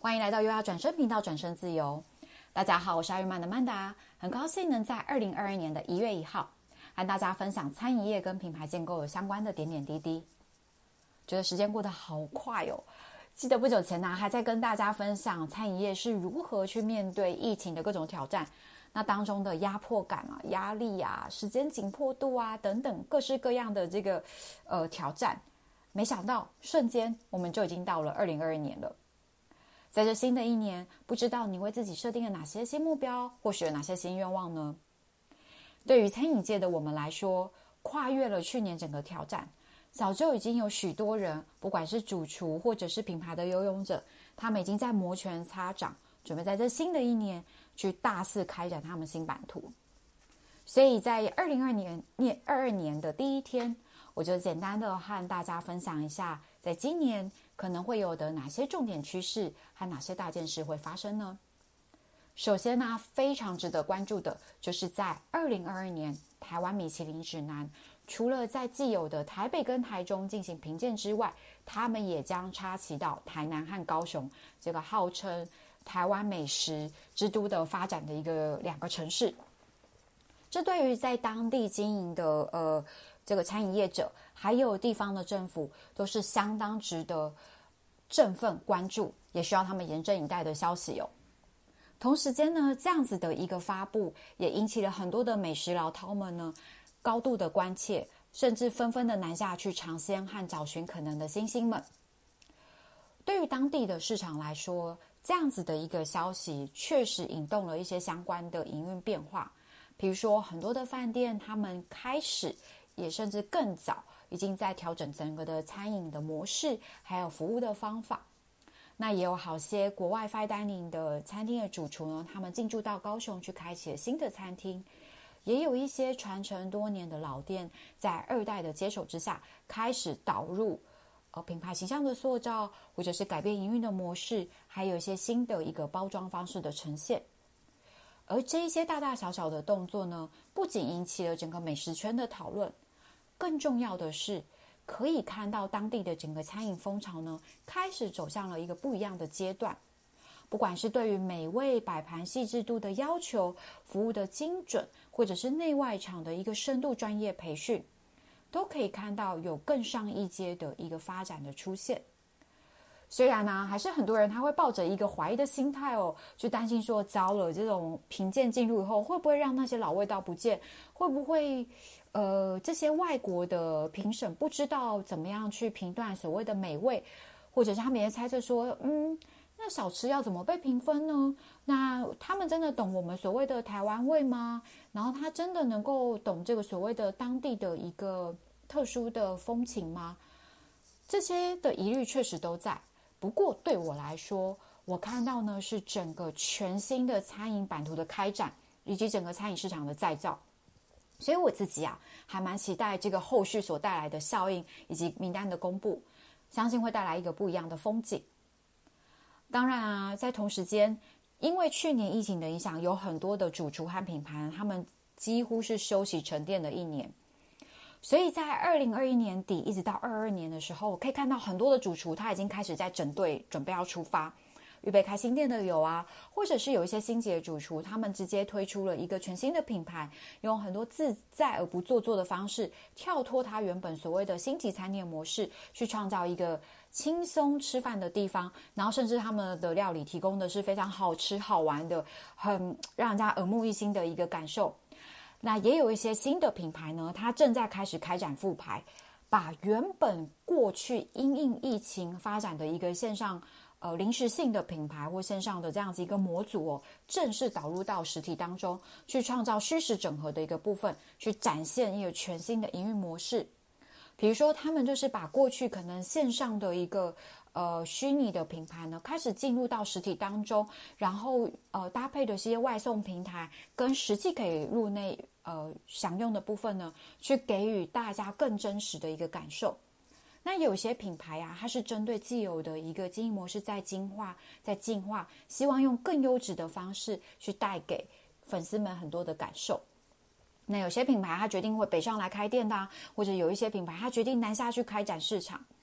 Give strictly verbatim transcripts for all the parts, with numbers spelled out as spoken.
欢迎来到优雅转身频道，转身自由。大家好，我是艾瑞曼的曼达，很高兴能在二零二二年的一月一号和大家分享餐饮业跟品牌建构有相关的点点滴滴。觉得时间过得好快哦，记得不久前呢、啊、还在跟大家分享餐饮业是如何去面对疫情的各种挑战，那当中的压迫感啊、压力啊、时间紧迫度啊等等各式各样的这个呃挑战。没想到瞬间我们就已经到了二零二二年了。在这新的一年，不知道你为自己设定了哪些新目标，或许有哪些新愿望呢？对于餐饮界的我们来说，跨越了去年整个挑战，早就已经有许多人，不管是主厨或者是品牌的游泳者，他们已经在摩拳擦掌，准备在这新的一年去大肆开展他们新版图。所以在二零二二年的第一天，我就简单的和大家分享一下，在今年可能会有的哪些重点趋势和哪些大件事会发生呢？首先呢，非常值得关注的就是在二零二二年台湾米其林指南，除了在既有的台北跟台中进行评鉴之外，他们也将插旗到台南和高雄这个号称台湾美食之都的发展的一个两个城市。这对于在当地经营的呃这个餐饮业者，还有地方的政府，都是相当值得振奋关注，也需要他们严阵以待的消息哦。同时间呢，这样子的一个发布，也引起了很多的美食老饕们呢高度的关切，甚至纷纷的南下去尝鲜和找寻可能的新星们。对于当地的市场来说，这样子的一个消息确实引动了一些相关的营运变化。比如说很多的饭店他们开始也甚至更早已经在调整整个的餐饮的模式还有服务的方法。那也有好些国外 fine dining 的餐厅的主厨呢，他们进驻到高雄去开启了新的餐厅。也有一些传承多年的老店在二代的接手之下开始导入呃品牌形象的塑造，或者是改变营运的模式，还有一些新的一个包装方式的呈现。而这一些大大小小的动作呢，不仅引起了整个美食圈的讨论，更重要的是可以看到当地的整个餐饮风潮呢，开始走向了一个不一样的阶段。不管是对于美味摆盘细致度的要求，服务的精准，或者是内外场的一个深度专业培训，都可以看到有更上一阶的一个发展的出现。虽然呢、啊，还是很多人他会抱着一个怀疑的心态哦，就担心说，糟了，这种评鉴进入以后，会不会让那些老味道不见？会不会，呃，这些外国的评审不知道怎么样去评断所谓的美味，或者是他们也猜测说，嗯，那小吃要怎么被评分呢？那他们真的懂我们所谓的台湾味吗？然后他真的能够懂这个所谓的当地的一个特殊的风情吗？这些的疑虑确实都在。不过对我来说，我看到呢是整个全新的餐饮版图的开展，以及整个餐饮市场的再造。所以我自己啊，还蛮期待这个后续所带来的效应，以及名单的公布，相信会带来一个不一样的风景。当然啊，在同时间，因为去年疫情的影响，有很多的主厨和品牌，他们几乎是休息沉淀的一年。所以在二零二一年底一直到二二年的时候，可以看到很多的主厨他已经开始在整队准备要出发，预备开新店的有啊，或者是有一些新级的主厨，他们直接推出了一个全新的品牌，用很多自在而不做作的方式，跳脱他原本所谓的星级餐厅模式，去创造一个轻松吃饭的地方，然后甚至他们的料理提供的是非常好吃好玩的，很让人家耳目一新的一个感受。那也有一些新的品牌呢，它正在开始开展复牌，把原本过去因应疫情发展的一个线上呃临时性的品牌或线上的这样子一个模组哦，正式导入到实体当中，去创造虚实整合的一个部分，去展现一个全新的营运模式。比如说他们就是把过去可能线上的一个呃虚拟的品牌呢，开始进入到实体当中，然后呃搭配的这些外送平台跟实际可以入内呃享用的部分呢，去给予大家更真实的一个感受。那有些品牌啊，它是针对既有的一个经营模式在精化在进化，希望用更优质的方式去带给粉丝们很多的感受。那有些品牌它决定会北上来开店的、啊、或者有一些品牌它决定南下去开展市场。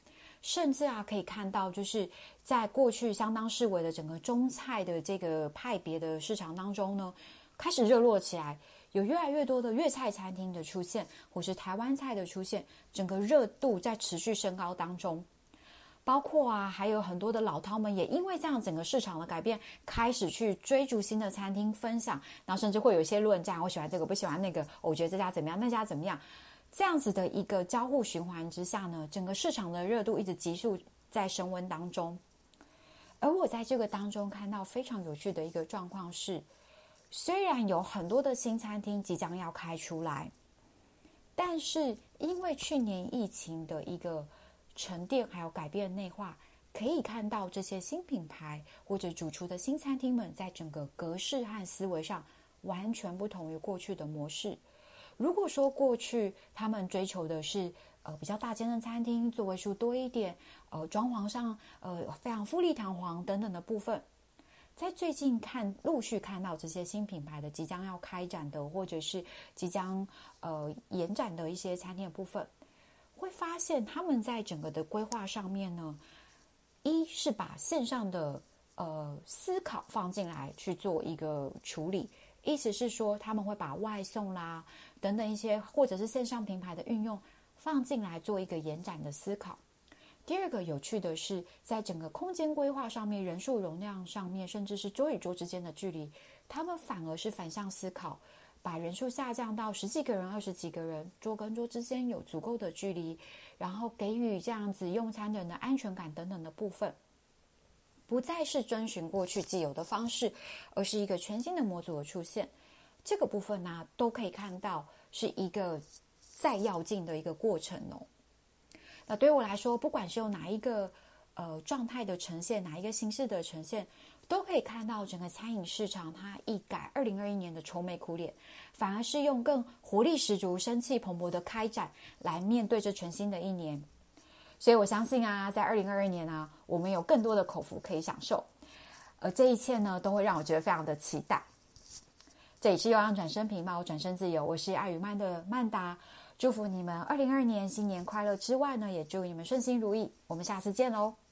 甚至啊可以看到，就是在过去相当式微的整个中菜的这个派别的市场当中呢，开始热络起来，有越来越多的粤菜餐厅的出现，或是台湾菜的出现，整个热度在持续升高当中。包括啊，还有很多的老饕们也因为这样整个市场的改变，开始去追逐新的餐厅分享，然后甚至会有一些论战，我喜欢这个，不喜欢那个，我觉得这家怎么样，那家怎么样。这样子的一个交互循环之下呢，整个市场的热度一直急速在升温当中。而我在这个当中看到非常有趣的一个状况是，虽然有很多的新餐厅即将要开出来，但是因为去年疫情的一个沉淀还有改变内化，可以看到这些新品牌或者主厨的新餐厅们在整个格式和思维上完全不同于过去的模式。如果说过去他们追求的是呃比较大间的餐厅，座位数多一点，呃装潢上呃非常富丽堂皇等等的部分，在最近看陆续看到这些新品牌的即将要开展的，或者是即将呃延展的一些餐厅的部分，会发现他们在整个的规划上面呢，一是把线上的呃思考放进来去做一个处理，意思是说他们会把外送啦等等一些或者是线上平台的运用放进来做一个延展的思考。第二个有趣的是，在整个空间规划上面，人数容量上面，甚至是桌与桌之间的距离，他们反而是反向思考，把人数下降到十几个人、二十几个人，桌跟桌之间有足够的距离，然后给予这样子用餐的人的安全感等等的部分，不再是遵循过去既有的方式，而是一个全新的模组的出现。这个部分呢、啊，都可以看到是一个再要进的一个过程哦。那对我来说，不管是用哪一个呃状态的呈现，哪一个形式的呈现，都可以看到整个餐饮市场它一改二零二一年的愁眉苦脸，反而是用更活力十足、生气蓬勃的开展来面对这全新的一年。所以我相信啊，在二零二二年啊，我们有更多的口福可以享受，而这一切呢，都会让我觉得非常的期待。这里是悠扬转身皮毛，转身自由，我是爱与曼的曼达。祝福你们二零二二年新年快乐之外呢，也祝你们顺心如意。我们下次见喽。